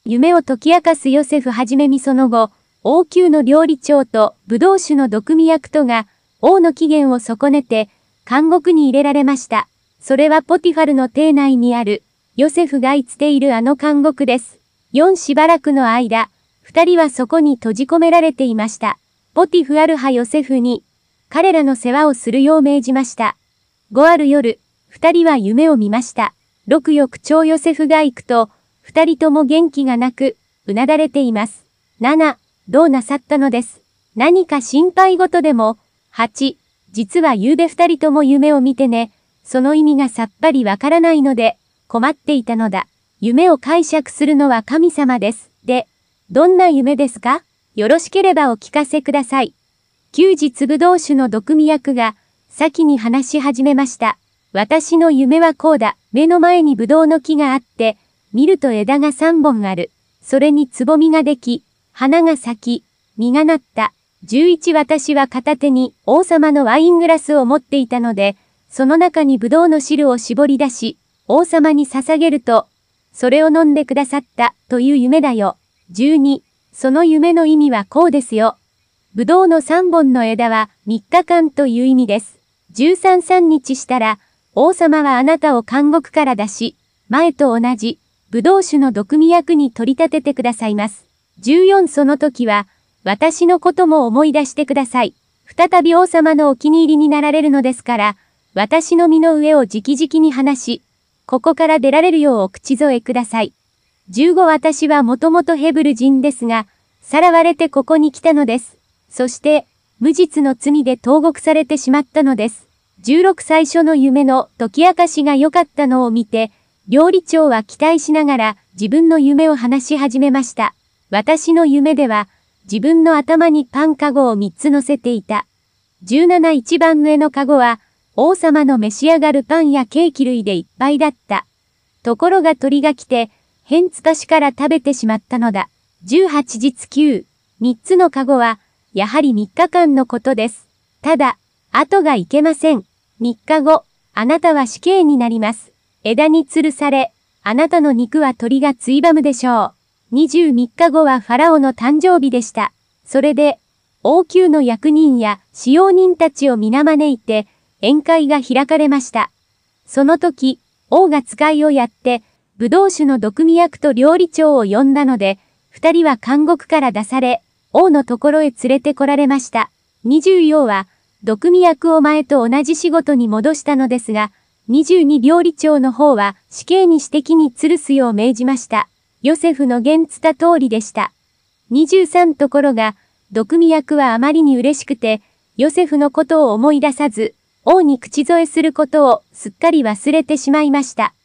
夢を解き明かすヨセフはじめみその後、王宮の料理長とブドウ酒の毒味役とが、王の機嫌を損ねて、監獄に入れられました。それはポティファルの邸内にある、ヨセフが居つているあの監獄です。しばらくの間、二人はそこに閉じ込められていました。ポティフある派ヨセフに、彼らの世話をするよう命じました。ある夜、二人は夢を見ました。翌朝ヨセフが行くと、二人とも元気がなく、うなだれています。どうなさったのです。何か心配事でも。実は夕べ二人とも夢を見てね。その意味がさっぱりわからないので、困っていたのだ。夢を解釈するのは神様です。どんな夢ですか？よろしければお聞かせください。休日ブドウ酒の毒味役が、先に話し始めました。私の夢はこうだ。目の前にブドウの木があって、見ると枝が3本ある。それにつぼみができ、花が咲き、実がなった。私は片手に王様のワイングラスを持っていたので、その中にブドウの汁を絞り出し、王様に捧げると、それを飲んでくださったという夢だよ。その夢の意味はこうですよ。ブドウの3本の枝は3日間という意味です。13日したら、王様はあなたを監獄から出し、前と同じ、ブドウ酒の毒味役に取り立ててくださいます。その時は、私のことも思い出してください。再び王様のお気に入りになられるのですから、私の身の上を直々に話し、ここから出られるようお口添えください。私はもともとヘブル人ですが、さらわれてここに来たのです。そして、無実の罪で投獄されてしまったのです。最初の夢の解き明かしが良かったのを見て、料理長は期待しながら自分の夢を話し始めました。私の夢では、自分の頭にパンかごを3つ乗せていた。一番上のかごは、王様の召し上がるパンやケーキ類でいっぱいだった。ところが鳥が来て、変つたしから食べてしまったのだ。3つのかごは、やはり3日間のことです。ただ、後がいけません。3日後、あなたは死刑になります。枝に吊るされ、あなたの肉は鳥がついばむでしょう。23日後はファラオの誕生日でした。それで、王宮の役人や使用人たちを皆招いて、宴会が開かれました。その時、王が使いをやって、ブドウ酒の毒味役と料理長を呼んだので、二人は監獄から出され、王のところへ連れて来られました。24は、毒味役を前と同じ仕事に戻したのですが、22料理長の方は死刑にして木に吊るすよう命じました。ヨセフの言つた通りでした。23ところが、毒味役はあまりに嬉しくて、ヨセフのことを思い出さず、王に口添えすることをすっかり忘れてしまいました。